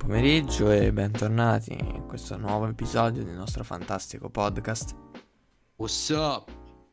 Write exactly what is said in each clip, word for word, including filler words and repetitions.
pomeriggio e bentornati in questo nuovo episodio del nostro fantastico podcast. What's up?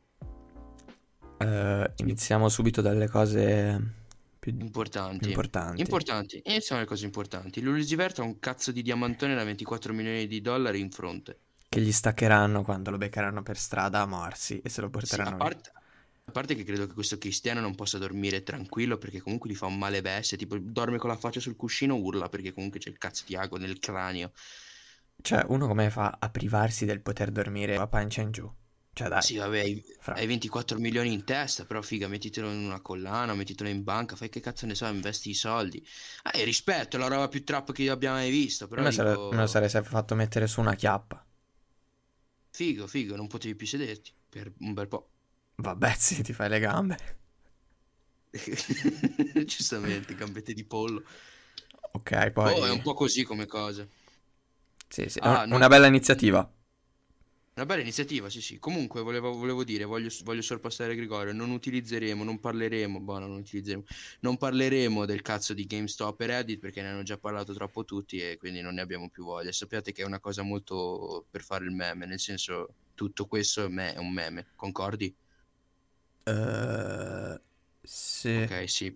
Eh, iniziamo subito dalle cose più Importanti. più importanti. Importanti. Iniziamo le cose importanti. L'Uliverto ha un cazzo di diamantone da ventiquattro milioni di dollari in fronte. Che gli staccheranno quando lo beccheranno per strada a morsi e se lo Sì, porteranno a via. parte, a parte che credo che questo cristiano non possa dormire tranquillo perché comunque gli fa un male bestia. Tipo, dorme con la faccia sul cuscino, urla perché comunque c'è il cazzo di ago nel cranio. Cioè, uno come fa a privarsi del poter dormire a pancia in giù? Cioè, dai, Sì, vabbè, hai, fra. hai ventiquattro milioni in testa, però figa, mettitelo in una collana, mettitelo in banca, fai che cazzo ne so, investi i soldi. Ah, e rispetto, è la roba più trap che io abbia mai visto, Io però me, sare- me lo dico, sarei sempre fatto mettere su una chiappa. figo, figo, non potevi più sederti per un bel po'. Vabbè, sì, ti fai le gambe. Giustamente, gambette di pollo. Ok, Boh, è un poi. po' così come cosa. Sì, sì, è un- Ah, non... una bella iniziativa. Una bella iniziativa, sì, sì. Comunque, volevo, volevo dire, voglio, voglio sorpassare Gregorio, non utilizzeremo, non parleremo, boh, non utilizzeremo, non parleremo del cazzo di GameStop e Reddit perché ne hanno già parlato troppo tutti e quindi non ne abbiamo più voglia. Sappiate che è una cosa molto per fare il meme, nel senso, tutto questo è me- è un meme, concordi? Eh, sì, Ok, sì.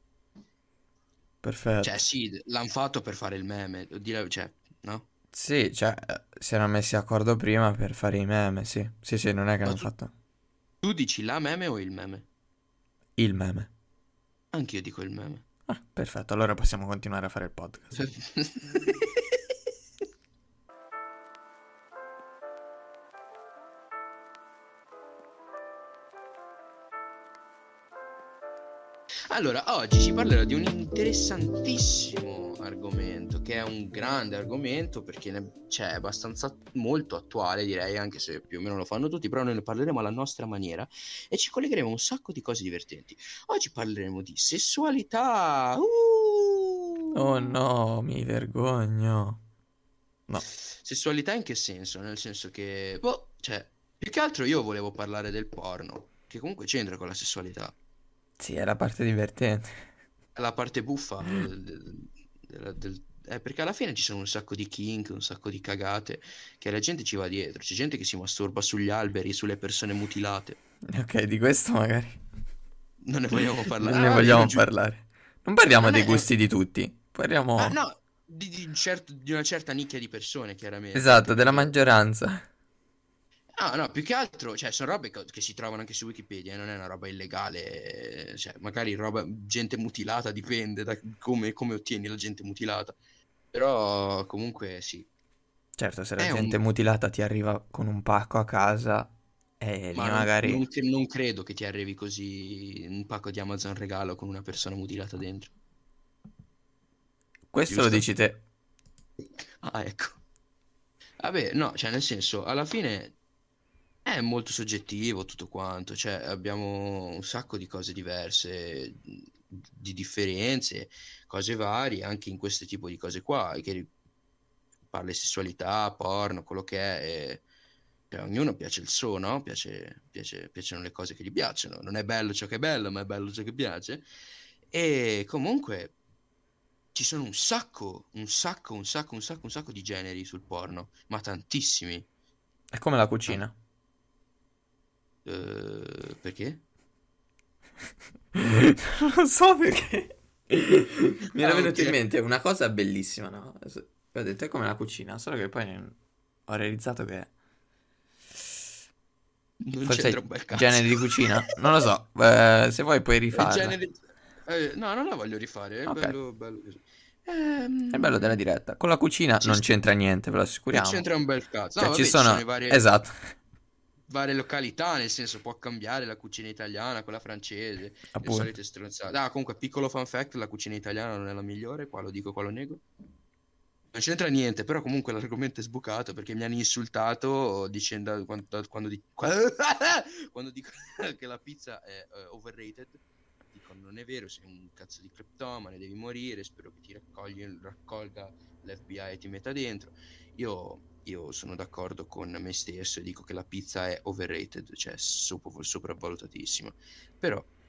Cioè, perfetto. sì, l'hanno fatto per fare il meme, dire, cioè, no? Sì, cioè, eh, si erano messi d'accordo prima per fare i meme, sì. Sì, sì, non è che Ma hanno tu, fatto tu dici la meme o il meme? il meme. Anch'io dico il meme. Ah, perfetto, allora possiamo continuare a fare il podcast. Allora, oggi ci parlerò di un interessantissimo argomento, che è un grande argomento perché ne- cioè, è abbastanza molto attuale, direi, anche se più o meno lo fanno tutti, però noi ne parleremo alla nostra maniera e ci collegheremo a un sacco di cose divertenti. Oggi parleremo di sessualità. Oh Uh! no, mi vergogno. No. Sessualità in che senso? Nel senso che, boh, cioè, più che altro io volevo parlare del porno, che comunque c'entra con la sessualità. Sì, è la parte divertente. La parte buffa del, del- del- del- eh, perché alla fine ci sono un sacco di kink, un sacco di cagate che la gente ci va dietro. C'è gente che si masturba sugli alberi, sulle persone mutilate. Ok, di questo magari Non ne vogliamo parlare. non ne Ah, vabbè, io non vogliamo giu- parlare. Non parliamo non dei è, è- gusti di tutti. ah, Parliamo, no, di, di un certo- di una certa nicchia di persone, chiaramente, esatto, anche della perché maggioranza. ah, no, più che altro, cioè, sono robe co- che si trovano anche su Wikipedia, eh, non è una roba illegale, eh, cioè, magari roba, gente mutilata, dipende da come, come ottieni la gente mutilata, però comunque sì, Certo, se la è gente un, mutilata ti arriva con un pacco a casa, e lì ma non, magari. non cre- non credo che ti arrivi così un pacco di Amazon regalo con una persona mutilata dentro, Questo lo giusto? dici te. Ah, ecco. Vabbè, no, cioè, nel senso, alla fine è molto soggettivo tutto quanto, cioè abbiamo un sacco di cose diverse, di differenze, cose varie, anche in questo tipo di cose qua, che parla di sessualità, porno, quello che è, e, cioè, a ognuno piace il suo, no? Piace, piace- piacciono le cose che gli piacciono, non è bello ciò che è bello, ma è bello ciò che piace, e comunque ci sono un sacco, un sacco, un sacco, un sacco, un sacco di generi sul porno, ma tantissimi. È come la Ah, cucina. eh, perché? Non so perché. Mi era Ah, venuto in ok. mente una cosa bellissima, no? Ho detto è come la cucina, solo che poi ho realizzato che Non c'entra forse un bel cazzo. generi di cucina, non lo so. Eh, se vuoi puoi Il rifarla. genere... eh, no, non la voglio rifare, è Ok, bello, bello così. è il bello della Ehm, diretta. Con la cucina ci non sta- c'entra niente, ve lo non assicuriamo. c'entra un bel cazzo. No, Cioè ci vabbè, ci sono le sono. varie, Esatto, varie località, nel senso può cambiare la cucina italiana, quella francese, le appunto. solite stronzate. Ah, comunque, piccolo fun fact, la cucina italiana non è la migliore, qua lo dico, qua lo nego. Non c'entra niente, però comunque l'argomento è sbucato perché mi hanno insultato dicendo quando, quando, di- quando dico che la pizza è eh, overrated. Dicono non è vero, sei un cazzo di cleptomane, devi morire, spero che ti raccogli, raccolga l'F B I e ti metta dentro. Io, io sono d'accordo con me stesso e dico che la pizza è overrated, cioè sopra- sopravvalutatissima. Però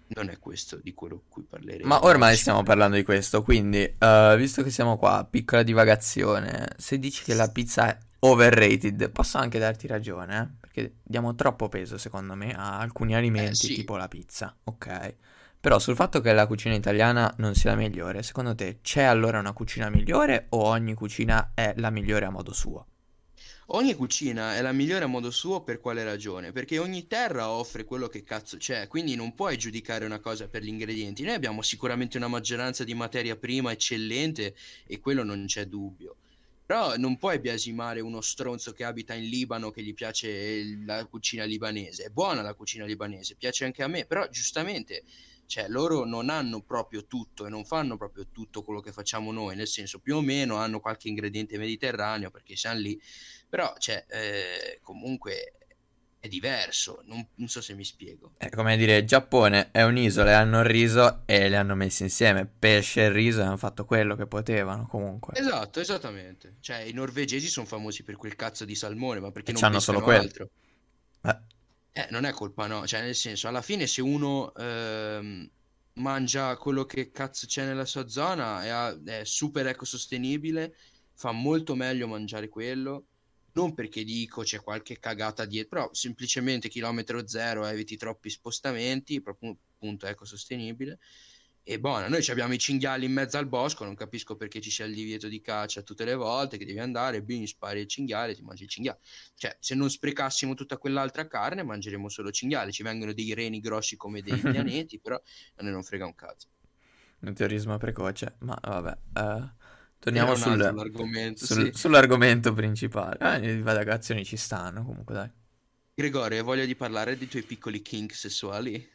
non è questo di quello di cui Ma parleremo ormai oggi. stiamo parlando di questo, quindi, eh, visto che siamo qua, piccola divagazione, se dici che la pizza è overrated, posso anche darti ragione, eh? Perché diamo troppo peso, secondo me, a alcuni Eh alimenti, sì, tipo la pizza, ok? Però sul fatto che la cucina italiana non sia la migliore, secondo te c'è allora una cucina migliore o ogni cucina è la migliore a modo suo? ogni cucina è la migliore a modo suo per quale ragione? Perché ogni terra offre quello che cazzo c'è, quindi non puoi giudicare una cosa per gli ingredienti. Noi abbiamo sicuramente una maggioranza di materia prima eccellente e quello non c'è dubbio. Però non puoi biasimare uno stronzo che abita in Libano che gli piace il- la cucina libanese. È buona la cucina libanese, piace anche a me, però giustamente, cioè, loro non hanno proprio tutto e non fanno proprio tutto quello che facciamo noi, nel senso più o meno hanno qualche ingrediente mediterraneo perché siamo lì, però, cioè, eh, comunque è diverso, non, non so se mi spiego. È come dire, il Giappone è un'isola e hanno il riso e li hanno messi insieme, pesce e riso e hanno fatto quello che potevano comunque. Esatto, esattamente. Cioè, i norvegesi sono famosi per quel cazzo di salmone, ma perché E non c'hanno solo pescano quello. altro? Eh. Eh, non è colpa no, cioè nel senso, alla fine se uno ehm, mangia quello che cazzo c'è nella sua zona e ha- è super ecosostenibile, fa molto meglio mangiare quello, non perché dico c'è qualche cagata dietro, però semplicemente chilometro zero, eviti troppi spostamenti, proprio appunto ecosostenibile. E buona, noi ci abbiamo i cinghiali in mezzo al bosco, non capisco perché ci sia il divieto di caccia tutte le volte che devi andare, bim, spari il cinghiale, ti mangi il cinghiale. Cioè, se non sprecassimo tutta quell'altra carne, mangeremo solo cinghiale. Ci vengono dei reni grossi come dei pianeti, però a noi non frega un cazzo. Meteorismo precoce, ma vabbè. eh, Era torniamo un altro sul, l'argomento, sul- sì. sull'argomento principale. Eh, le divagazioni ci stanno comunque, dai. Gregorio, hai voglia di parlare dei tuoi piccoli kink sessuali?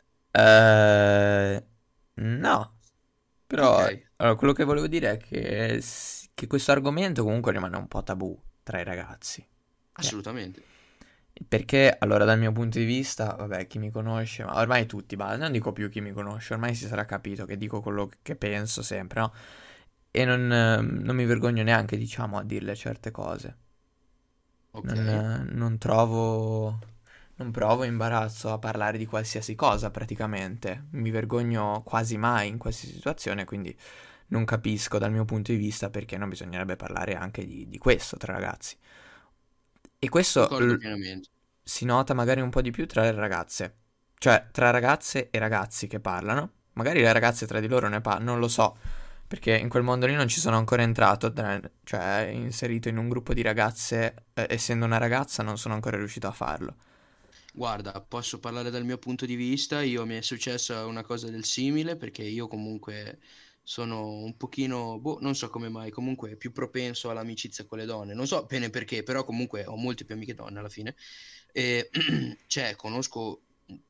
Eh, no, Ok, però allora, quello che volevo dire è che, s- che questo argomento comunque rimane un po' tabù tra i ragazzi. Eh, assolutamente. Perché, allora, dal mio punto di vista, vabbè, chi mi conosce, ma ormai tutti, ma non dico più chi mi conosce, ormai si sarà capito che dico quello che penso sempre, no? E non, eh, non mi vergogno neanche, diciamo, a dirle certe cose. Ok. Non, eh, non trovo, non provo imbarazzo a parlare di qualsiasi cosa, praticamente. Mi vergogno quasi mai in qualsiasi situazione, quindi non capisco dal mio punto di vista perché non bisognerebbe parlare anche di, di questo tra ragazzi. E questo Concordo l- pienamente. si nota magari un po' di più tra le ragazze, cioè tra ragazze e ragazzi che parlano. Magari le ragazze tra di loro ne parlano, non lo so, perché in quel mondo lì non ci sono ancora entrato, tra- cioè inserito in un gruppo di ragazze, eh, essendo una ragazza non sono ancora riuscito a farlo. Guarda, posso parlare dal mio punto di vista. Io mi è successa una cosa del simile perché io comunque sono un pochino, boh, non so come mai, comunque più propenso all'amicizia con le donne. Non so bene perché, però comunque ho molte più amiche donne alla fine. E cioè, conosco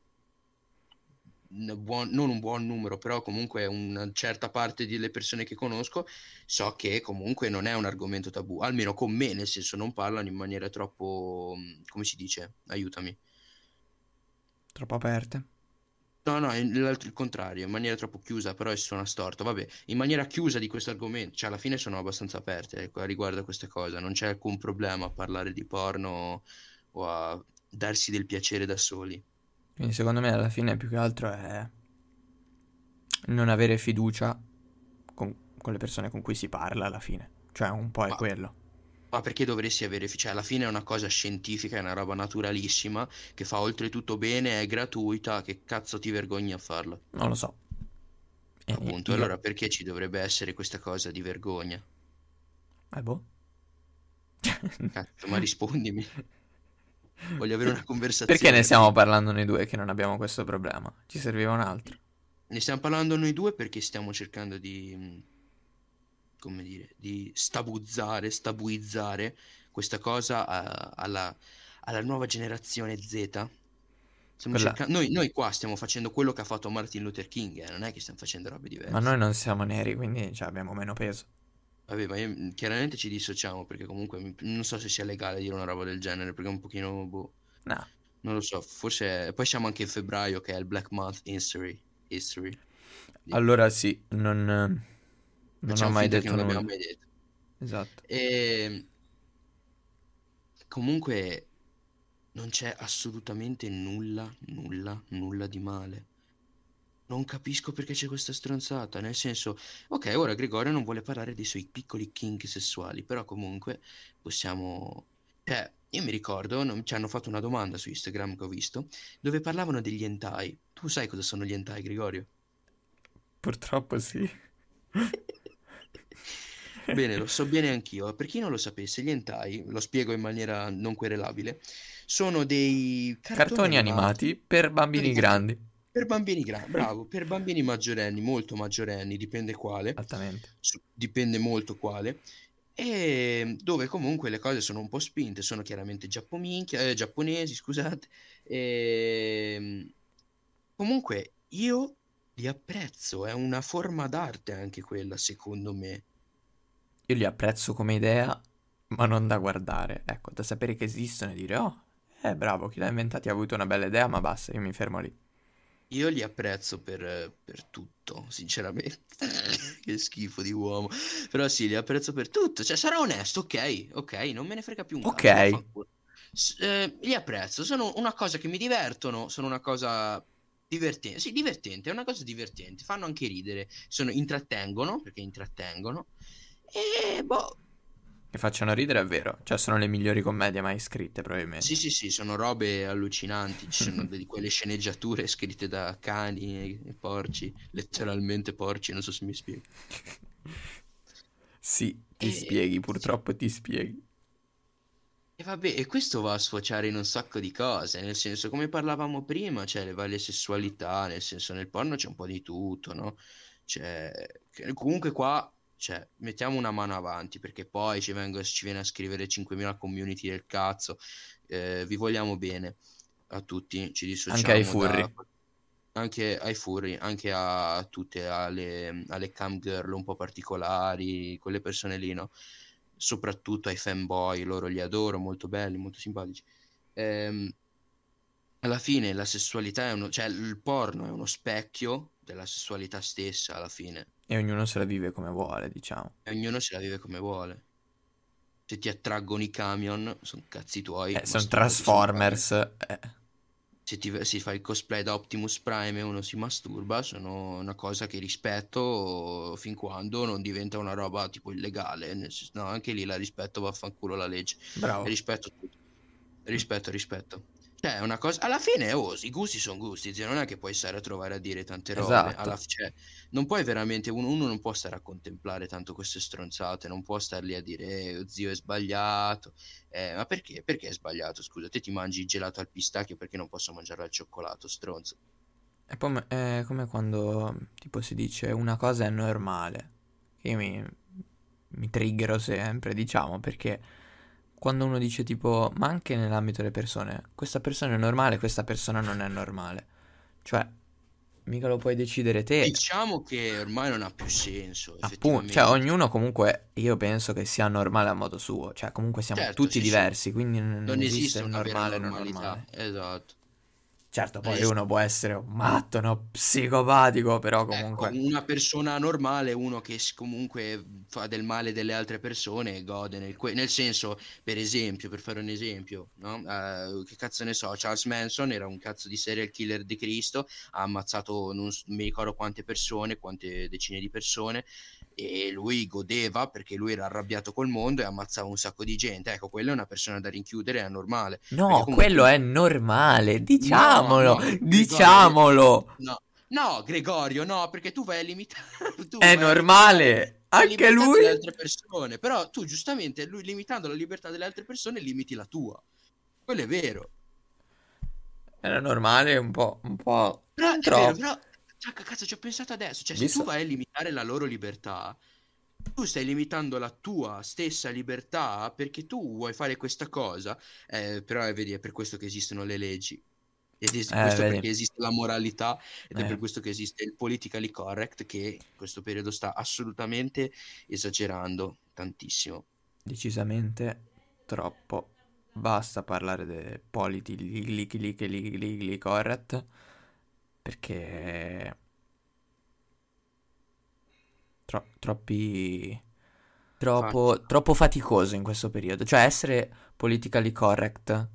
un buon- non un buon numero, però comunque una certa parte delle persone che conosco, so che comunque non è un argomento tabù, almeno con me, nel senso non parlano in maniera troppo, mm, come si dice? Aiutami. Troppo aperte. No, no, è l'altro il contrario, in maniera troppo chiusa, però suona storto. Vabbè, in maniera chiusa di questo argomento, cioè alla fine sono abbastanza aperte, ecco, riguardo a queste cose, non c'è alcun problema a parlare di porno o a darsi del piacere da soli. Quindi secondo me alla fine più che altro è non avere fiducia con, con le persone con cui si parla alla fine. Cioè un po' è Ma, quello. ma perché dovresti avere, cioè alla fine è una cosa scientifica, è una roba naturalissima, che fa oltretutto bene, è gratuita, che cazzo ti vergogni a farla? Non lo so. E Appunto, io... allora perché ci dovrebbe essere questa cosa di vergogna? Eh boh. Cazzo, ma rispondimi, voglio avere una Perché ne conversazione stiamo prima. parlando noi due che non abbiamo questo problema? Ci serviva un altro. Ne stiamo parlando noi due perché stiamo cercando di, mh, come dire, di stabuzzare, stabilizzare questa cosa a- alla, alla nuova generazione Z. Stiamo Quella... cercando, noi, noi qua stiamo facendo quello che ha fatto Martin Luther King, eh, non è che stiamo facendo robe Ma diverse. noi non siamo neri, quindi cioè, abbiamo meno peso. Vabbè, ma io- mh, chiaramente ci dissociamo perché comunque mi- non so se sia legale dire una roba del genere perché è un pochino, boh, No. non lo so, forse... Poi siamo anche in febbraio che è il Black Month History. History. Allora sì, non, non ho Facciamo mai finta che detto non l'abbiamo nulla. mai detto. Esatto. E comunque non c'è assolutamente nulla, nulla, nulla di male. Non capisco perché c'è questa stronzata, nel senso, ok, ora Gregorio non vuole parlare dei suoi piccoli kink sessuali, però comunque possiamo... Cioè, io mi ricordo, non- ci hanno fatto una domanda su Instagram che ho visto, dove parlavano degli hentai. Tu sai cosa sono gli hentai, Gregorio? Purtroppo sì. Bene, lo so bene anch'io. Per chi non lo sapesse, gli hentai, lo spiego in maniera non querelabile, sono dei cartoni Cartoni animati animati per cartoni bambini animati grandi. per bambini grandi, bravo, per bambini maggiorenni, molto maggiorenni, dipende quale, Altamente. su- dipende molto quale, e dove comunque le cose sono un po' spinte, sono chiaramente giappominchia- eh, giapponesi, scusate, e comunque io li apprezzo, è una forma d'arte anche quella, secondo me. Io li apprezzo come idea, ma non da guardare. Ecco, da sapere che esistono e dire, oh, eh, bravo, chi l'ha inventato ha avuto una bella idea, ma basta, io mi fermo lì. Io li apprezzo per, per tutto, sinceramente. Che schifo di uomo. Però sì, li apprezzo per tutto. Cioè, sarò onesto, ok, ok, non me ne frega più un Ok, cazzo, vaffanculo. S- eh, li apprezzo, sono una cosa che mi divertono, sono una cosa divertente. Sì, divertente, è una cosa divertente. Fanno anche ridere, sono, intrattengono, perché intrattengono. E boh, che facciano ridere è vero, cioè sono le migliori commedie mai scritte sì, probabilmente. sì, sì, sono robe allucinanti. Ci sono di quelle sceneggiature scritte da cani e, e porci, letteralmente porci, non so se mi spiego. Sì, ti E, spieghi, purtroppo ti spieghi. e vabbè, e questo va a sfociare in un sacco di cose, nel senso, come parlavamo prima, c'è le varie sessualità, nel senso, nel porno c'è un po' di tutto, no? C'è, che- comunque qua, cioè, mettiamo una mano avanti, perché poi ci vengo- ci viene a scrivere cinquemila community del cazzo, eh, vi vogliamo bene a tutti, ci Anche ai dissociamo da... furri. Anche ai furri, anche a tutte alle, alle cam girl un po' particolari, quelle persone lì, no? Soprattutto ai fanboy, loro li adoro, molto belli, molto simpatici. Ehm, Alla fine la sessualità è uno, cioè il porno è uno specchio della sessualità stessa, alla fine, E ognuno se la vive come vuole, diciamo. e ognuno se la vive come vuole. Se ti attraggono i camion, sono cazzi tuoi, Eh, sono masturbati sul camion. Transformers. Eh. Se ti, si fa il cosplay da Optimus Prime e uno si masturba, sono una cosa che rispetto fin quando non diventa una roba tipo illegale. Nel senso- no, anche lì la rispetto, vaffanculo la legge. Bravo. Rispetto tutto. Rispetto, rispetto. Cioè, è una cosa... Alla fine, oh, i gusti sono gusti, zio, non è che puoi stare a trovare a dire tante robe. Alla... Esatto. f- Cioè, non puoi veramente... Uno, uno non può stare a contemplare tanto queste stronzate, non può star lì a dire, eh, zio, è sbagliato. Eh, ma perché? Perché è sbagliato? Scusa, te ti mangi il gelato al pistacchio perché non posso mangiarlo al cioccolato, stronzo. È, come è come quando tipo si dice una cosa è normale. Io mi, mi triggero sempre, diciamo, perché quando uno dice tipo, ma anche nell'ambito delle persone, questa persona è normale, questa persona non è normale. Cioè, mica lo puoi decidere te. Diciamo che ormai non ha più senso, Appunto, cioè effettivamente. ognuno comunque io penso che sia normale a modo suo, cioè comunque siamo Certo, tutti sì, sì. diversi, quindi n- non Non esiste esiste il una vera normale e non normalità, normale. esatto. Certo, Non poi esiste. uno può essere un matto, no? Psicopatico, però Ecco, comunque... una persona normale, uno che s- comunque fa del male delle altre persone, gode nel, que- nel senso, per esempio, per fare un esempio, no? Eh, che cazzo ne so, Charles Manson era un cazzo di serial killer di Cristo, ha ammazzato non, s- non mi ricordo quante persone, quante decine di persone, e lui godeva perché lui era arrabbiato col mondo e ammazzava un sacco di gente. Ecco, quella è una persona da rinchiudere, è anormale, perché No, comunque... quello è normale, No, diciamolo, no, Gregorio, io- diciamolo! no, no, Gregorio, no, perché tu vai a limitare, tu È vai a limitare normale! la Anche libertà lui delle altre persone, però tu giustamente, lui limitando la libertà delle altre persone, limiti la tua. Quello è vero. era normale un po', un po', Però non è vero, troppo. però, cioè, cazzo, ci ho pensato adesso, cioè, se tu Visto? vai a limitare la loro libertà, tu stai limitando la tua stessa libertà perché tu vuoi fare questa cosa, eh, però eh, vedi, è per questo che esistono le leggi. Ed es- Eh, questo vedi, perché esiste la moralità ed è eh, per questo che esiste il politically correct che in questo periodo sta assolutamente esagerando tantissimo. decisamente troppo. Basta parlare del politically correct, perché tro- troppi... Infatti, troppo, troppo faticoso in questo periodo. Cioè, essere politically correct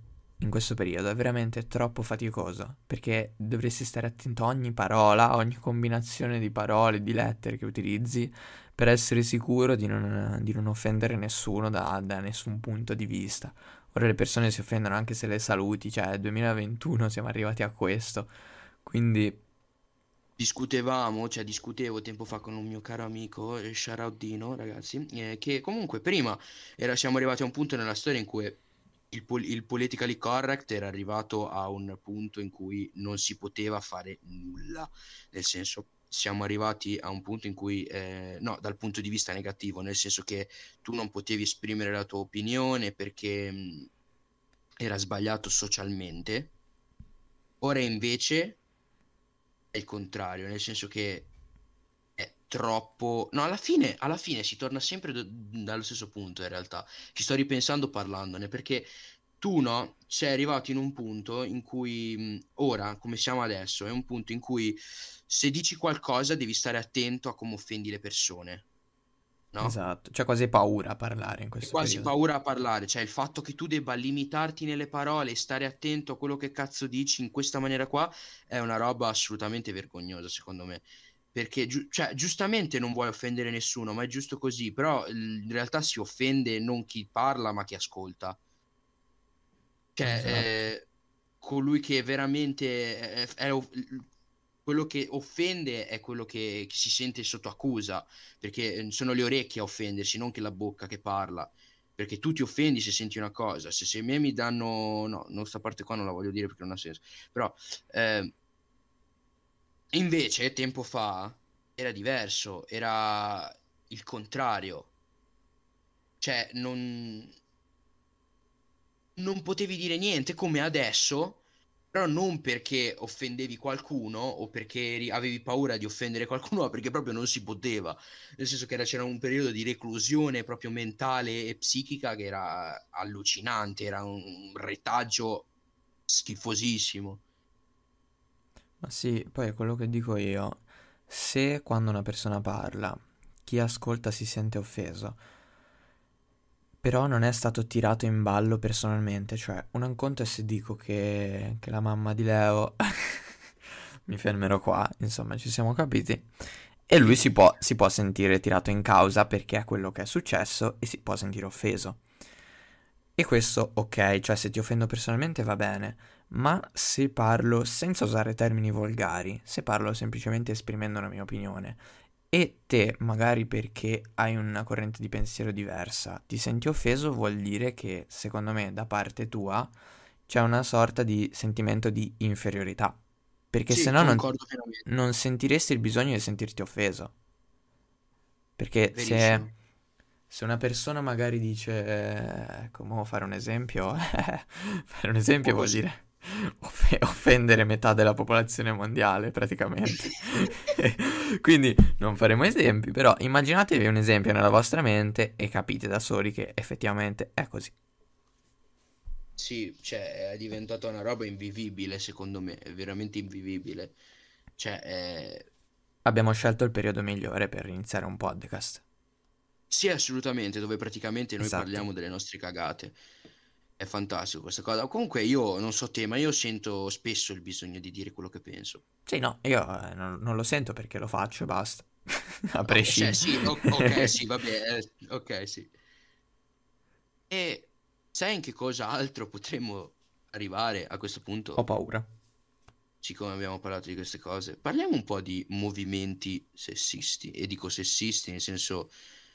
in questo periodo è veramente troppo faticoso, perché dovresti stare attento a ogni parola, a ogni combinazione di parole, di lettere che utilizzi, per essere sicuro di non, di non offendere nessuno da, da nessun punto di vista. Ora le persone si offendono anche se le saluti, cioè è duemilaventuno, siamo arrivati a questo, quindi Discutevamo, cioè discutevo tempo fa con un mio caro amico, eh, shoutout Dino, ragazzi, eh, che comunque prima era- siamo arrivati a un punto nella storia in cui il, pol- il politically correct era arrivato a un punto in cui non si poteva fare nulla, nel senso siamo arrivati a un punto in cui, eh, no, dal punto di vista negativo, nel senso che tu non potevi esprimere la tua opinione perché mh, era sbagliato socialmente. Ora invece è il contrario, nel senso che è troppo. No, alla fine, alla fine si torna sempre do- dallo stesso punto, in realtà. Ci sto ripensando parlandone, perché tu, no, sei arrivato in un punto in cui, mh, ora, come siamo adesso, è un punto in cui se dici qualcosa devi stare attento a come offendi le persone, no? esatto, c'è quasi paura a parlare in È questo quasi periodo. paura a parlare, cioè il fatto che tu debba limitarti nelle parole e stare attento a quello che cazzo dici in questa maniera qua è una roba assolutamente vergognosa, secondo me. Perché giu- cioè, giustamente non vuoi offendere nessuno, ma è giusto così, però il- in realtà si offende non chi parla, ma chi ascolta. Cioè, Esatto. eh, colui che veramente è, è- è- quello che offende è quello che, che si sente sotto accusa, perché eh, sono le orecchie a offendersi, non che la bocca che parla. Perché tu ti offendi se senti una cosa, se, se a me mi danno, no, non sta parte qua non la voglio dire perché non ha senso, però eh, invece tempo fa era diverso, era il contrario, cioè non, non potevi dire niente come adesso, però non perché offendevi qualcuno o perché eri- avevi paura di offendere qualcuno, ma perché proprio non si poteva. Nel senso che era- c'era un periodo di reclusione proprio mentale e psichica che era allucinante, era un retaggio schifosissimo. Ma sì, poi è quello che dico io. Se quando una persona parla, chi ascolta si sente offeso, però non è stato tirato in ballo personalmente, cioè un conto è se dico che, che la mamma di Leo, mi fermerò qua, insomma ci siamo capiti, e lui si può, si può sentire tirato in causa perché è quello che è successo e si può sentire offeso. E questo ok, cioè se ti offendo personalmente va bene, ma se parlo senza usare termini volgari, se parlo semplicemente esprimendo una mia opinione, e te, magari perché hai una corrente di pensiero diversa, ti senti offeso, vuol dire che, secondo me, da parte tua c'è una sorta di sentimento di inferiorità. Perché se Sì, no non, concordo pienamente, non sentiresti il bisogno di sentirti offeso. Perché se, verissimo. se una persona magari dice, eh, ecco, mo fare un esempio, fare un esempio O vuol così. dire off- offendere metà della popolazione mondiale, praticamente. Quindi non faremo esempi, però immaginatevi un esempio nella vostra mente e capite da soli che effettivamente è così. Sì, cioè è diventata una roba invivibile, secondo me, è veramente invivibile. Cioè, è. Abbiamo scelto il periodo migliore per iniziare un podcast. Sì, assolutamente, dove praticamente noi Esatto. parliamo delle nostre cagate. È fantastico questa cosa. Comunque io non so te, ma io sento spesso il bisogno di dire quello che penso. Sì, no, io eh, non, non lo sento perché lo faccio e basta. A Ok, cioè prescindere. sì, o- ok, sì, vabbè, eh, ok, sì. E sai in che cosa altro potremmo arrivare a questo Ho punto, paura. siccome abbiamo parlato di queste cose? Parliamo un po' di movimenti sessisti, e dico sessisti nel senso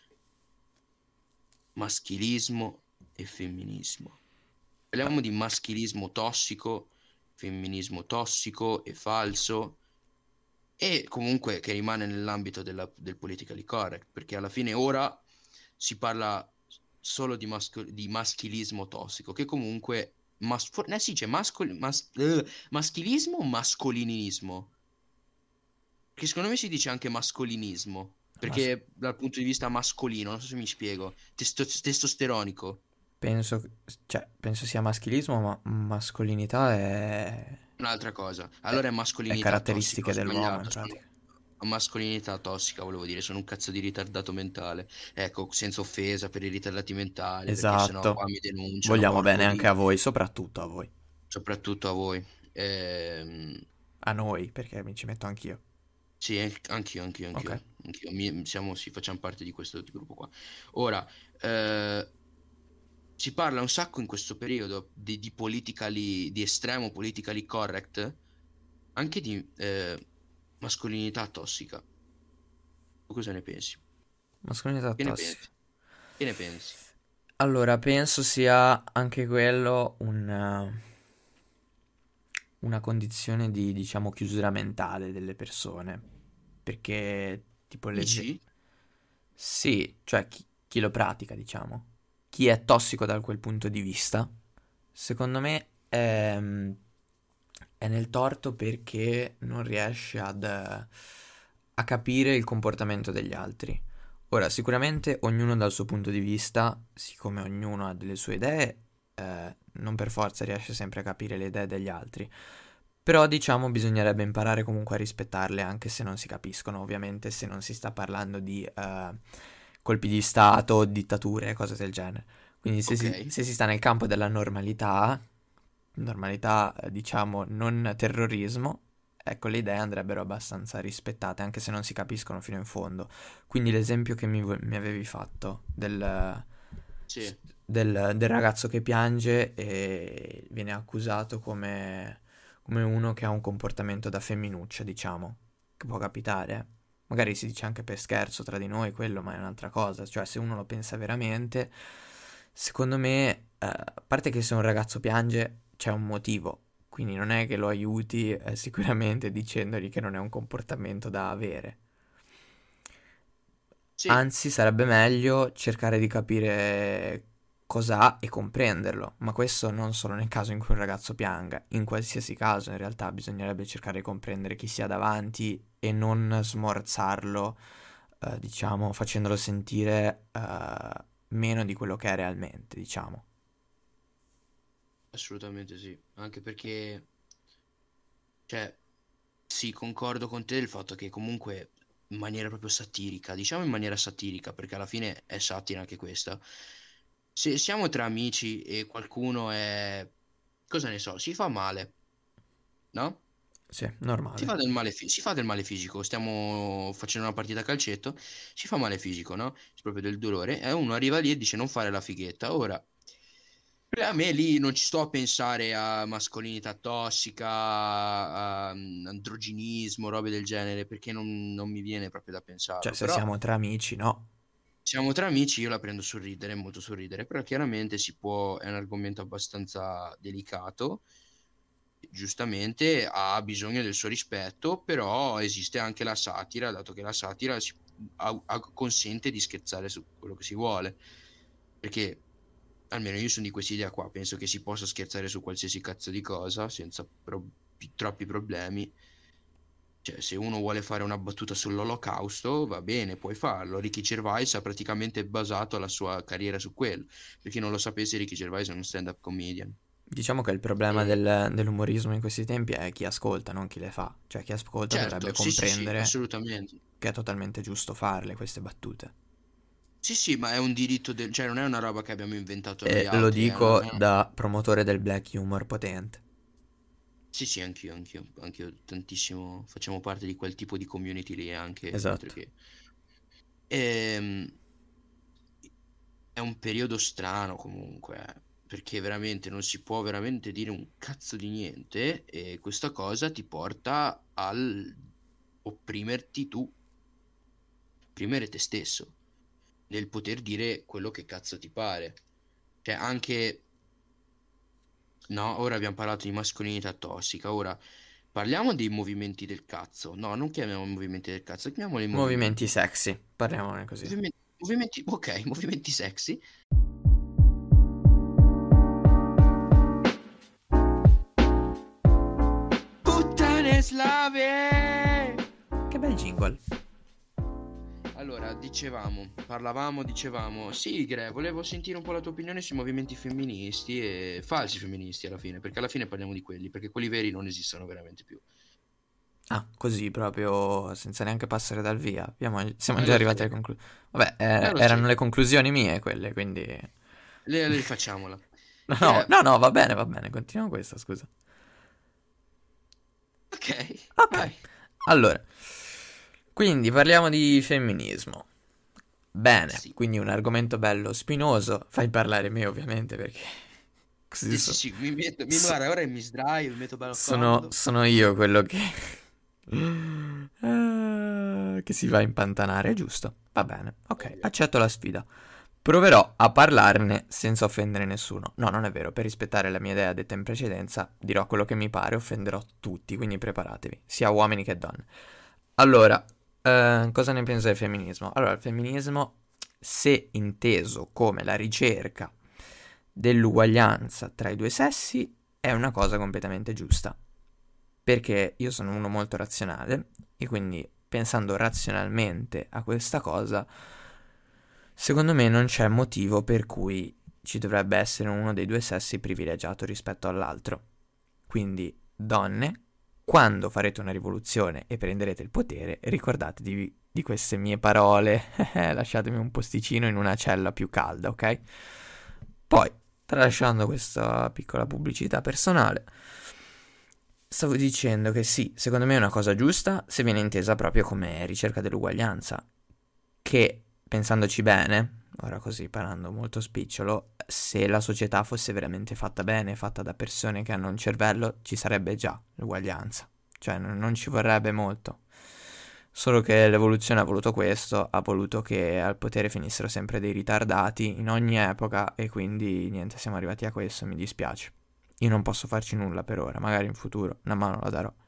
maschilismo e femminismo. Parliamo di maschilismo tossico, femminismo tossico e falso, e comunque che rimane nell'ambito della- del politically correct, perché alla fine ora si parla solo di, masco- di maschilismo tossico, che comunque. Mas- for- eh sì, c'è mascol- mas- eh, maschilismo o mascolinismo? Perché secondo me si dice anche mascolinismo, Ma s- perché dal punto di vista mascolino, non so se mi spiego, testo- testosteronico, penso, cioè, penso sia maschilismo, ma mascolinità è, un'altra cosa. è, Allora è è mascolinità tossica, ho caratteristiche dell'uomo in sbagliato, sono. pratica. mascolinità tossica, volevo dire, sono un cazzo di ritardato mentale. Ecco, senza offesa per i ritardati mentali, perché sennò Esatto. qua mi denunciano, Vogliamo bene porco anche a Dio, voi, soprattutto a voi. soprattutto a voi. Ehm, A noi, perché mi ci metto anch'io. sì, anch- anch'io, anch'io, Ok. anch'io, anch'io. Mi- siamo, sì, facciamo parte di questo gruppo qua. Ora, eh, si parla un sacco in questo periodo di, di politically, di estremo politically correct, anche di eh, mascolinità tossica. Tu cosa ne pensi? Mascolinità Che ne tossica. pensi? Che ne pensi? Allora, penso sia anche quello un, eh, una condizione di, diciamo, chiusura mentale delle persone. Perché, tipo, le... Dici? Sì, cioè chi, chi lo pratica, diciamo. Chi è tossico da quel punto di vista, secondo me è, è nel torto perché non riesce ad, eh, a capire il comportamento degli altri. Ora, sicuramente ognuno dal suo punto di vista, siccome ognuno ha delle sue idee, eh, non per forza riesce sempre a capire le idee degli altri. Però diciamo bisognerebbe imparare comunque a rispettarle anche se non si capiscono, ovviamente se non si sta parlando di eh, colpi di stato, dittature, cose del genere. Quindi se Ok. si, se si sta nel campo della normalità, normalità eh, diciamo non terrorismo, ecco le idee andrebbero abbastanza rispettate anche se non si capiscono fino in fondo. Quindi l'esempio che mi, vo- mi avevi fatto del, Sì, del, del ragazzo che piange e viene accusato come, come uno che ha un comportamento da femminuccia, diciamo, che può capitare. eh. Magari si dice anche per scherzo tra di noi quello, ma è un'altra cosa. Cioè, se uno lo pensa veramente, secondo me, eh, a parte che se un ragazzo piange, c'è un motivo. Quindi non è che lo aiuti eh, sicuramente dicendogli che non è un comportamento da avere. sì, Anzi, sarebbe meglio cercare di capire cos'ha e comprenderlo, ma questo non solo nel caso in cui un ragazzo pianga, in qualsiasi caso in realtà bisognerebbe cercare di comprendere chi si ha davanti e non smorzarlo, eh, diciamo, facendolo sentire eh, meno di quello che è realmente, diciamo. assolutamente sì. Anche perché, cioè, sì, concordo con te del fatto che comunque in maniera proprio satirica, diciamo in maniera satirica, perché alla fine è satira anche questa. Se siamo tra amici e qualcuno è, cosa ne so, si fa male, no? Sì, Si normale. fa del male, fi- si fa del male fisico, stiamo facendo una partita a calcetto, si fa male fisico, no? C'è proprio del dolore, e uno arriva lì e dice non fare la fighetta. Ora, per a me lì non ci sto a pensare a mascolinità tossica, a, a androginismo, robe del genere, perché non, non mi viene proprio da Cioè, pensarlo. se Però siamo tra amici, no. siamo tra amici, io la prendo sul ridere, molto sul ridere, però chiaramente si può, è un argomento abbastanza delicato, giustamente ha bisogno del suo rispetto, però esiste anche la satira, dato che la satira si- ha- ha- consente di scherzare su quello che si vuole, perché almeno io sono di quest'idea qua, penso che si possa scherzare su qualsiasi cazzo di cosa senza pro- troppi problemi. Cioè, se uno vuole fare una battuta sull'Olocausto, va bene, puoi farlo. Ricky Gervais ha praticamente basato la sua carriera su quello. Per chi non lo sapesse, Ricky Gervais è uno stand-up comedian. Diciamo che il problema E del- dell'umorismo in questi tempi è chi ascolta, non chi le fa. Cioè, chi ascolta dovrebbe certo, sì, sì, sì, comprendere assolutamente. che è totalmente giusto farle queste battute. Sì, sì, ma è un diritto del... cioè non è una roba che abbiamo inventato noi E lo altri, è una... dico è una- da promotore del black humor potente. Sì, sì, anch'io, anch'io, anch'io tantissimo, facciamo parte di quel tipo di community lì anche, oltre Esatto. che... Ehm, è un periodo strano comunque, eh, perché veramente non si può veramente dire un cazzo di niente e questa cosa ti porta al opprimerti tu, opprimere te stesso, nel poter dire quello che cazzo ti pare. Cioè anche, no, ora abbiamo parlato di mascolinità tossica, ora parliamo dei movimenti del cazzo. No, non chiamiamo movimenti del cazzo, chiamiamoli Movimenti movimenti. sexy, parliamone così. Movimenti, movimenti, ok, movimenti sexy. Puttane slave! Che bel jingle. Allora, dicevamo, parlavamo, dicevamo, sì, Gre, volevo sentire un po' la tua opinione sui movimenti femministi e falsi femministi alla fine, perché alla fine parliamo di quelli, perché quelli veri non esistono veramente più. Ah, così proprio senza neanche passare dal via. Abbiamo- siamo Eh, già lo arrivati so, alle conclusioni. Vabbè, eh, eh, lo so, erano le conclusioni mie quelle, quindi... le, le rifacciamola. No, Che, no, no, va bene, va bene, continuiamo questa, scusa. ok, Ok, vai. allora, quindi parliamo di femminismo. Bene, Sì, quindi un argomento bello spinoso. Fai parlare me, ovviamente, perché così sì, sì, so- sì, mi metto, mi, so- guarda, ora mi sdraio, mi metto bello sono, comodo. sono io quello che... Ah, che si va a impantanare, giusto? Va bene, ok, Ovvio. accetto la sfida. Proverò a parlarne senza offendere nessuno. No, non è vero, per rispettare la mia idea detta in precedenza, dirò quello che mi pare, offenderò tutti, quindi preparatevi, sia uomini che donne. Allora, eh, cosa ne penso del femminismo? Allora, il femminismo, se inteso come la ricerca dell'uguaglianza tra i due sessi, è una cosa completamente giusta. Perché io sono uno molto razionale e quindi pensando razionalmente a questa cosa, secondo me non c'è motivo per cui ci dovrebbe essere uno dei due sessi privilegiato rispetto all'altro. Quindi, donne, quando farete una rivoluzione e prenderete il potere, ricordatevi di, di queste mie parole. Lasciatemi un posticino in una cella più calda, ok? Poi, tralasciando questa piccola pubblicità personale, stavo dicendo che sì, secondo me è una cosa giusta se viene intesa proprio come ricerca dell'uguaglianza, che, pensandoci bene, ora così parlando molto spicciolo, se la società fosse veramente fatta bene, fatta da persone che hanno un cervello, ci sarebbe già l'uguaglianza. Cioè, non, non ci vorrebbe molto. Solo che l'evoluzione ha voluto questo, ha voluto che al potere finissero sempre dei ritardati in ogni epoca e quindi niente, siamo arrivati a questo, mi dispiace. Io non posso farci nulla per ora, magari in futuro una mano la darò.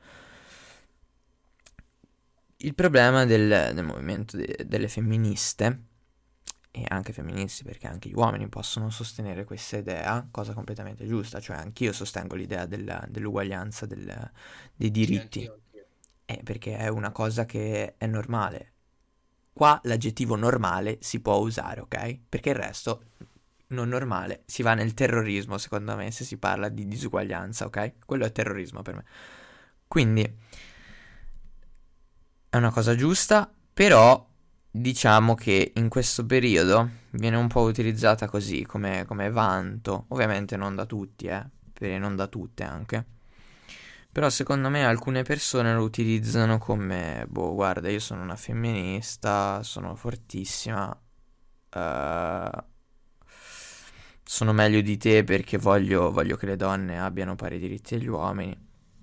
Il problema del, del movimento de- delle femministe, e anche femministi perché anche gli uomini possono sostenere questa idea, cosa completamente giusta, cioè anch'io sostengo l'idea della- dell'uguaglianza del- dei Sì, diritti, anch'io, anch'io. eh, perché è una cosa che è normale. Qua l'aggettivo normale si può usare, ok? Perché il resto non normale si va nel terrorismo, secondo me, se si parla di disuguaglianza, ok? Quello è terrorismo per me. Quindi è una cosa giusta, però diciamo che in questo periodo viene un po' utilizzata così, come, come vanto. Ovviamente non da tutti, eh, e non da tutte anche. Però secondo me alcune persone lo utilizzano come, boh, guarda, io sono una femminista, sono fortissima, eh, sono meglio di te perché voglio, voglio che le donne abbiano pari diritti agli uomini.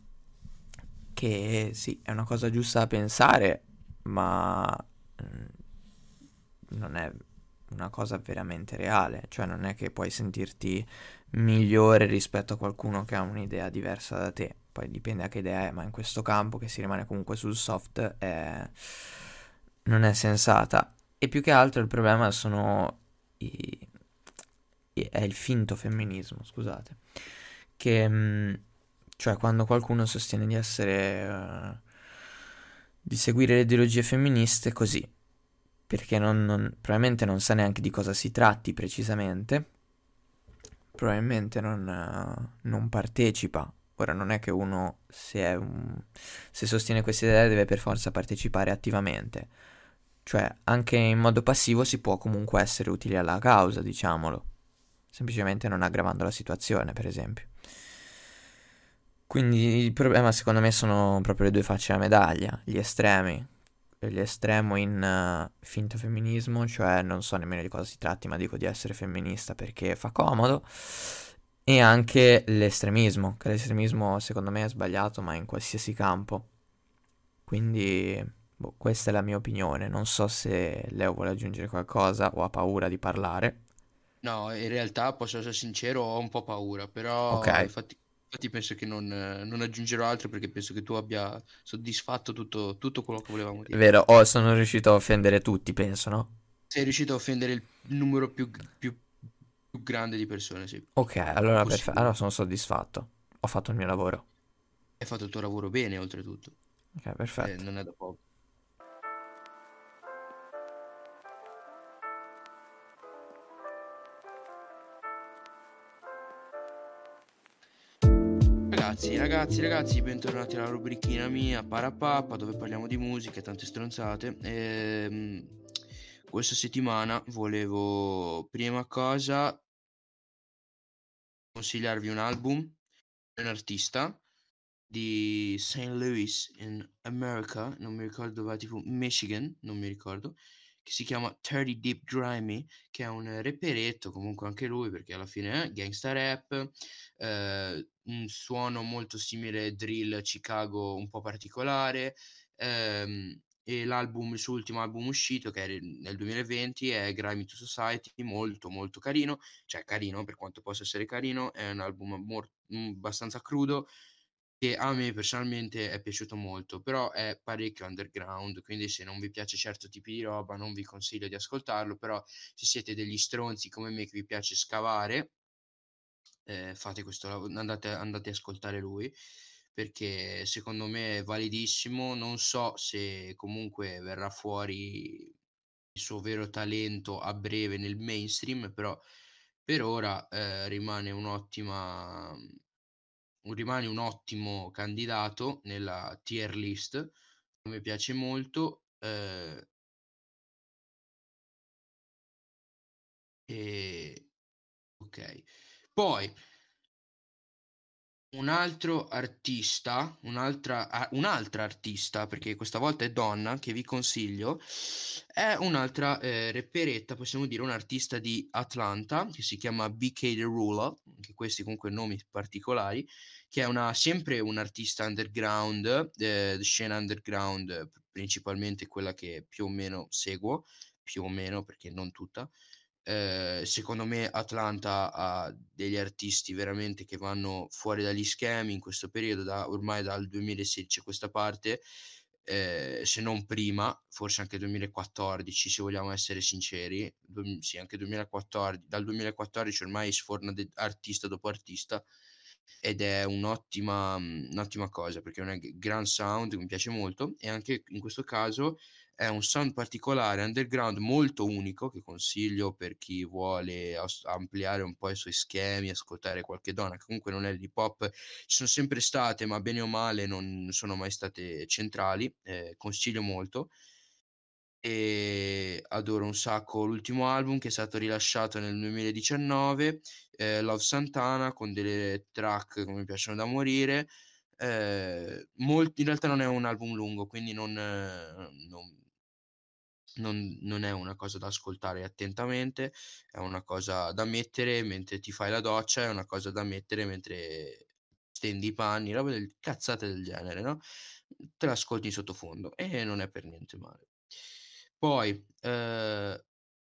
Che sì, è una cosa giusta da pensare, ma mm, non è una cosa veramente reale. Cioè, non è che puoi sentirti migliore rispetto a qualcuno che ha un'idea diversa da te. Poi dipende da che idea è, ma in questo campo che si rimane comunque sul soft è... non è sensata. E più che altro il problema sono i... è il finto femminismo, scusate. Che, mh, cioè, quando qualcuno sostiene di essere, eh, di seguire le ideologie femministe così, perché non, non- probabilmente non sa neanche di cosa si tratti precisamente, probabilmente non, eh, non partecipa. Ora non è che uno, se, è un- se sostiene queste idee, deve per forza partecipare attivamente. Cioè, anche in modo passivo si può comunque essere utili alla causa, diciamolo. Semplicemente non aggravando la situazione, per esempio. Quindi il problema secondo me sono proprio le due facce della medaglia, gli estremi. L'estremo in eh, finto femminismo, cioè non so nemmeno di cosa si tratti, ma dico di essere femminista perché fa comodo. E anche l'estremismo, che l'estremismo secondo me è sbagliato, ma in qualsiasi campo. Quindi, boh, questa è la mia opinione. Non so se Leo vuole aggiungere qualcosa o ha paura di parlare. No, in realtà posso essere sincero, ho un po' paura, Ok, però infatti, infatti penso che non, eh, non aggiungerò altro perché penso che tu abbia soddisfatto tutto, tutto quello che volevamo è dire. vero, oh, sono riuscito a offendere tutti, penso, no? Sei riuscito a offendere il numero più, più- più grande di persone, sì, Ok, allora perfetto, allora possibile. sono soddisfatto. Ho fatto il mio lavoro. Hai fatto il tuo lavoro bene, oltretutto. Ok, Eh, perfetto. non è da poco. Ragazzi, Ragazzi, ragazzi, ragazzi, bentornati alla rubrichina mia Parapappa, dove parliamo di musica e tante stronzate. Ehm, questa settimana volevo, prima cosa, consigliarvi un album, un artista di Saint Louis in America, non mi ricordo dove, tipo Michigan, non mi ricordo, che si chiama thirty Deep Grimy, che è un rapperetto, comunque anche lui, perché alla fine è gangsta rap, eh, un suono molto simile drill Chicago, un po' particolare, ehm, e l'album, il suo ultimo album uscito, che è nel duemilaventi, è Grimy to Society, molto molto carino, cioè carino per quanto possa essere carino, è un album mor- mh, abbastanza crudo, che a me personalmente è piaciuto molto, però è parecchio underground, quindi se non vi piace certo tipi di roba non vi consiglio di ascoltarlo, però se siete degli stronzi come me che vi piace scavare, eh, fate questo lavoro, andate, andate a ascoltare lui, perché secondo me è validissimo. Non so se comunque verrà fuori il suo vero talento a breve nel mainstream, però per ora eh, rimane un'ottima un- rimane un ottimo candidato nella tier list. Mi piace molto. eh, e ok, poi un altro artista, un'altra, ah, un'altra artista, perché questa volta è donna, che vi consiglio, è un'altra eh, rapperetta, possiamo dire un artista di Atlanta, che si chiama B K The Ruler, che questi comunque nomi particolari, che è una, sempre un'artista underground, eh, scena underground, eh, principalmente quella che più o meno seguo, più o meno perché non tutta. Eh, secondo me Atlanta ha degli artisti veramente che vanno fuori dagli schemi in questo periodo, da, ormai dal duemilasedici a questa parte, eh, se non prima, forse anche duemilaquattordici, se vogliamo essere sinceri. Du- sì, anche duemilaquattordici, dal duemilaquattordici ormai sforna de- artista dopo artista, ed è un'ottima, mm, un'ottima cosa, perché è un g- gran sound che mi piace molto, e anche in questo caso è un sound particolare, underground, molto unico, che consiglio per chi vuole as- ampliare un po' i suoi schemi, ascoltare qualche donna, che comunque non è l'hip hop, ci sono sempre state, ma bene o male non sono mai state centrali, eh, consiglio molto. E adoro un sacco l'ultimo album, che è stato rilasciato nel duemiladiciannove, eh, Love Santana, con delle track che mi piacciono da morire. Eh, molti, in realtà non è un album lungo, quindi non, eh, non non, non è una cosa da ascoltare attentamente, è una cosa da mettere mentre ti fai la doccia, è una cosa da mettere mentre stendi i panni, roba del, cazzate del genere, no? Te l'ascolti in sottofondo e non è per niente male. Poi, eh,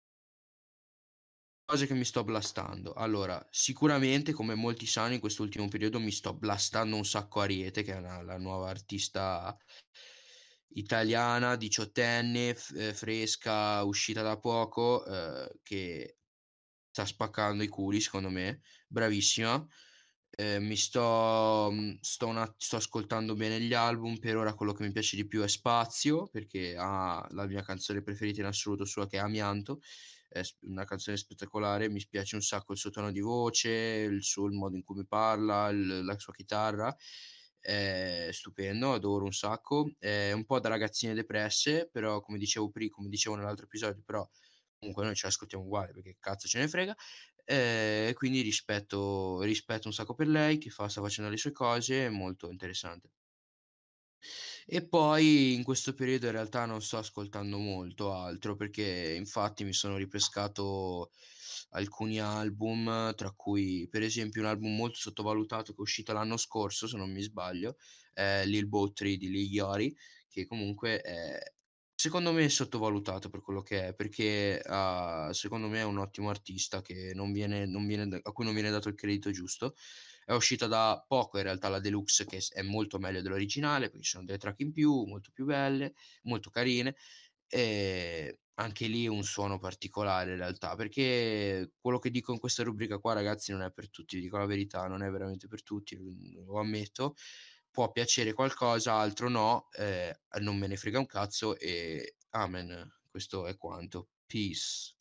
cose che mi sto blastando. Allora, sicuramente, come molti sanno, in quest'ultimo periodo mi sto blastando un sacco Ariete, che è una- la nuova artista italiana, diciottenne, f- eh, fresca, uscita da poco, eh, che sta spaccando i culi, secondo me. Bravissima. Eh, mi sto, mh, sto, un att- sto ascoltando bene gli album. Per ora quello che mi piace di più è Spazio, perché ha la mia canzone preferita in assoluto sua, che è Amianto. È sp- una canzone spettacolare, mi piace un sacco il suo tono di voce, il suo, il modo in cui mi parla, il- la sua chitarra. È stupendo, adoro un sacco. È un po' da ragazzine depresse, però come dicevo prima, come dicevo nell'altro episodio, però comunque noi ce l'ascoltiamo uguale, perché cazzo ce ne frega. E quindi rispetto, rispetto un sacco per lei, che fa, sta facendo le sue cose, è molto interessante. E poi in questo periodo in realtà non sto ascoltando molto altro, perché infatti mi sono ripescato alcuni album, tra cui per esempio un album molto sottovalutato che è uscito l'anno scorso, se non mi sbaglio, è Lil Boat tre di Lil Yachty, che comunque è, secondo me, è sottovalutato per quello che è, perché ah, secondo me è un ottimo artista che non viene, non viene, a cui non viene dato il credito giusto. È uscita da poco in realtà la deluxe, che è molto meglio dell'originale, perché ci sono delle track in più, molto più belle, molto carine, e anche lì un suono particolare in realtà, perché quello che dico in questa rubrica qua, ragazzi, non è per tutti, vi dico la verità, non è veramente per tutti, lo ammetto. Può piacere qualcosa, altro no, eh, non me ne frega un cazzo e amen, questo è quanto. Peace.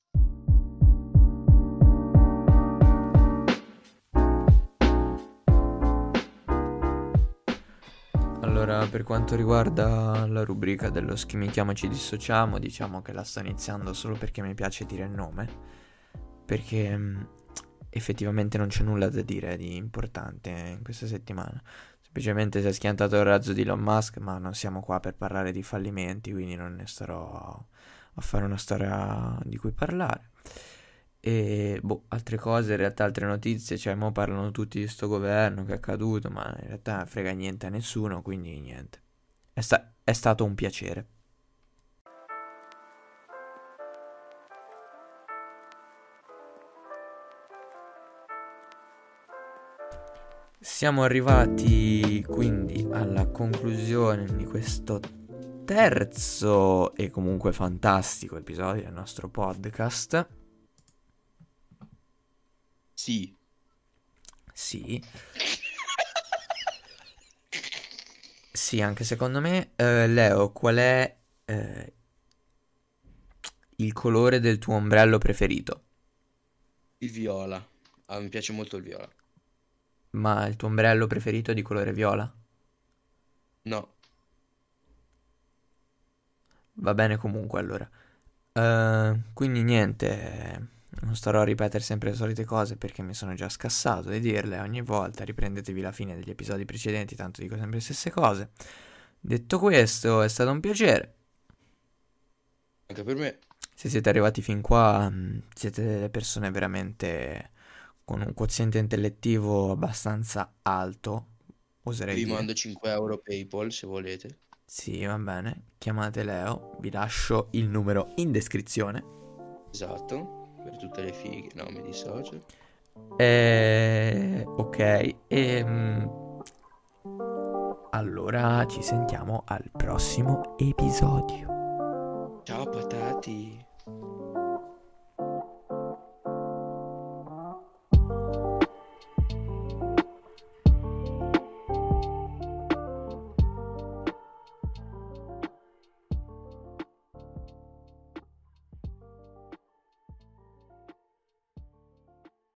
Allora, per quanto riguarda la rubrica dello Schimichiamo ci dissociamo, diciamo che la sto iniziando solo perché mi piace dire il nome, perché mh, effettivamente non c'è nulla da dire di importante in questa settimana. Semplicemente si è schiantato il razzo di Elon Musk, ma non siamo qua per parlare di fallimenti, quindi non ne starò a fare una storia di cui parlare. E boh, altre cose, in realtà altre notizie, cioè mo parlano tutti di sto governo che è caduto, ma in realtà frega niente a nessuno, quindi niente. È, sta- è stato un piacere. Siamo arrivati quindi alla conclusione di questo terzo e comunque fantastico episodio del nostro podcast. Sì. Sì. Sì, anche secondo me. Eh, Leo, qual è eh, il colore del tuo ombrello preferito? Il viola. Ah, mi piace molto il viola. Ma il tuo ombrello preferito è di colore viola? No. Va bene comunque allora. Eh, quindi niente, non starò a ripetere sempre le solite cose perché mi sono già scassato di dirle ogni volta. Riprendetevi la fine degli episodi precedenti, tanto dico sempre le stesse cose. Detto questo, è stato un piacere. Anche per me. Se siete arrivati fin qua, mh, siete delle persone veramente con un quoziente intellettivo abbastanza alto, oserei Vi dire. mando cinque euro PayPal se volete. Sì, va bene. Chiamate Leo, vi lascio il numero in descrizione. Esatto. Per tutte le fighe. No, mi dissocio. E... ok, e... mh, allora ci sentiamo al prossimo episodio. Ciao patati.